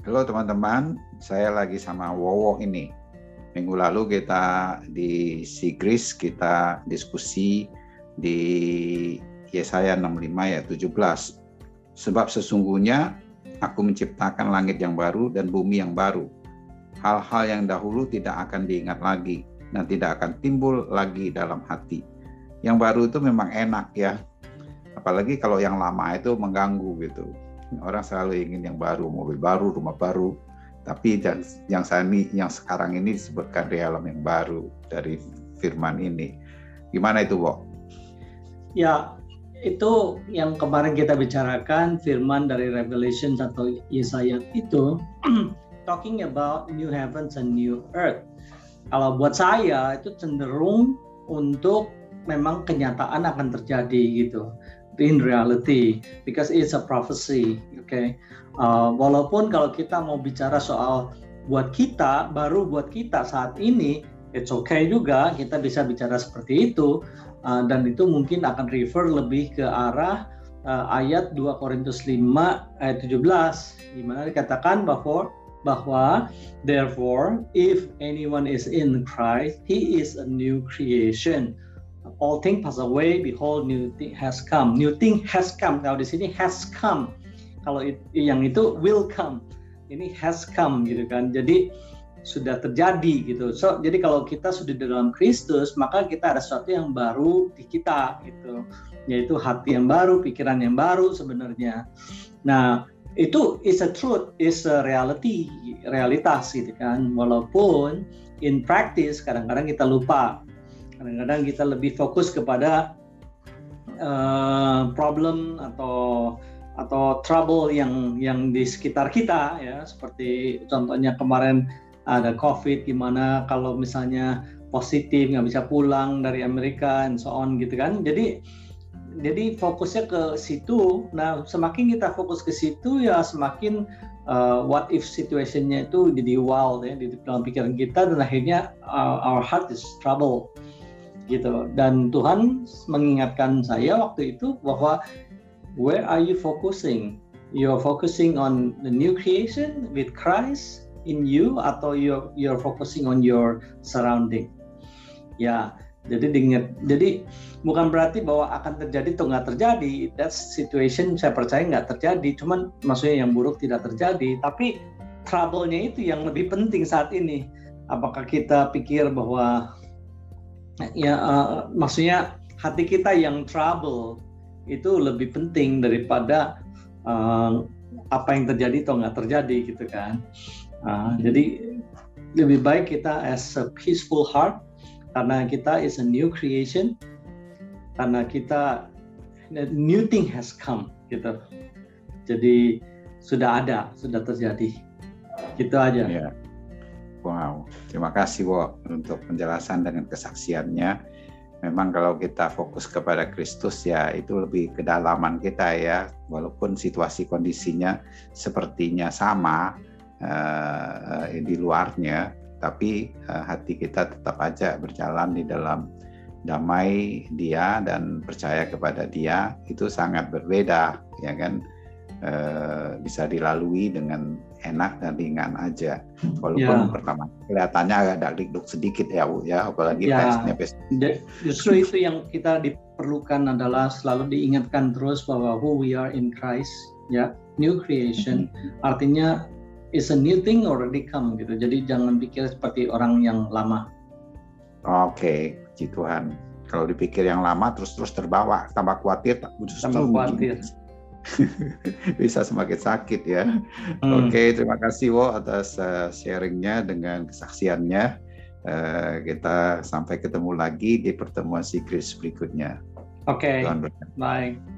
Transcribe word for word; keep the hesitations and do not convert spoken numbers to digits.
Halo teman-teman, saya lagi sama Wowo ini. Minggu lalu kita di Sigris kita diskusi di Yesaya enam puluh lima ayat tujuh belas. Sebab sesungguhnya aku menciptakan langit yang baru dan bumi yang baru. Hal-hal yang dahulu tidak akan diingat lagi dan tidak akan timbul lagi dalam hati. Yang baru itu memang enak ya. Apalagi kalau yang lama itu mengganggu gitu. Orang selalu ingin yang baru, mobil baru, rumah baru. Tapi yang, yang, saya, yang sekarang ini disebutkan realem yang baru dari firman ini. Gimana itu, Bo? Ya, itu yang kemarin kita bicarakan, firman dari Revelation atau Yesaya itu, talking about new heavens and new earth. Kalau buat saya, itu cenderung untuk memang kenyataan akan terjadi gitu. In reality, because it's a prophecy, okay. Uh, walaupun kalau kita mau bicara soal buat kita, baru buat kita saat ini, it's okay juga, kita bisa bicara seperti itu, uh, dan itu mungkin akan refer lebih ke arah uh, ayat dua Korintus lima ayat tujuh belas, di mana dikatakan bahwa bahwa therefore, if anyone is in Christ, he is a new creation. All things pass away, behold, new thing has come. New thing has come. Kalau di sini has come. Kalau it, yang itu will come. Ini has come gitu kan. Jadi sudah terjadi gitu. So jadi kalau kita sudah di dalam Kristus, maka kita ada sesuatu yang baru di kita gitu. Yaitu hati yang baru, pikiran yang baru sebenarnya. Nah, itu is a truth, is a reality, realitas gitu kan. Walaupun in practice kadang-kadang kita lupa. Kadang-kadang kita lebih fokus kepada uh, problem atau atau trouble yang yang di sekitar kita ya, seperti contohnya kemarin ada COVID, gimana kalau misalnya positif nggak bisa pulang dari Amerika and so on gitu kan. Jadi jadi fokusnya ke situ. Nah, semakin kita fokus ke situ ya semakin uh, what if situation-nya itu jadi wild ya di dalam pikiran kita, dan akhirnya uh, our heart is trouble gitu. Dan Tuhan mengingatkan saya waktu itu bahwa where are you focusing? You're focusing on the new creation with Christ in you, atau you're, you're focusing on your surrounding? Ya, jadi diingat, jadi bukan berarti bahwa akan terjadi atau nggak terjadi. That situation saya percaya nggak terjadi, cuman maksudnya yang buruk tidak terjadi. Tapi trouble-nya itu yang lebih penting saat ini. Apakah kita pikir bahwa ya uh, maksudnya hati kita yang trouble itu lebih penting daripada uh, apa yang terjadi atau nggak terjadi gitu kan. Uh, jadi lebih baik kita as a peaceful heart, karena kita is a new creation, karena kita new thing has come gitu. Jadi sudah ada, sudah terjadi. Gitu aja. Yeah. Wow, terima kasih Wo untuk penjelasan dengan kesaksiannya. Memang kalau kita fokus kepada Kristus ya itu lebih kedalaman kita ya, walaupun situasi kondisinya sepertinya sama uh, di luarnya, tapi uh, hati kita tetap aja berjalan di dalam damai Dia dan percaya kepada Dia, itu sangat berbeda ya kan. Uh, bisa dilalui dengan enak dan ringan aja, walaupun ya, pertama kelihatannya agak dakdikduk sedikit ya Bu ya, apalagi ya, justru itu yang kita diperlukan adalah selalu diingatkan terus bahwa who we are in Christ ya, new creation, artinya is a new thing already come gitu. Jadi jangan pikir seperti orang yang lama. Oke, puji Tuhan. Kalau dipikir yang lama terus-terus terbawa, tambah khawatir, tambah khawatir. Bisa semakin sakit ya. Hmm. Oke, terima kasih Wo atas uh, sharingnya dengan kesaksiannya. Uh, kita sampai ketemu lagi di pertemuan Sigris berikutnya. Oke, baik.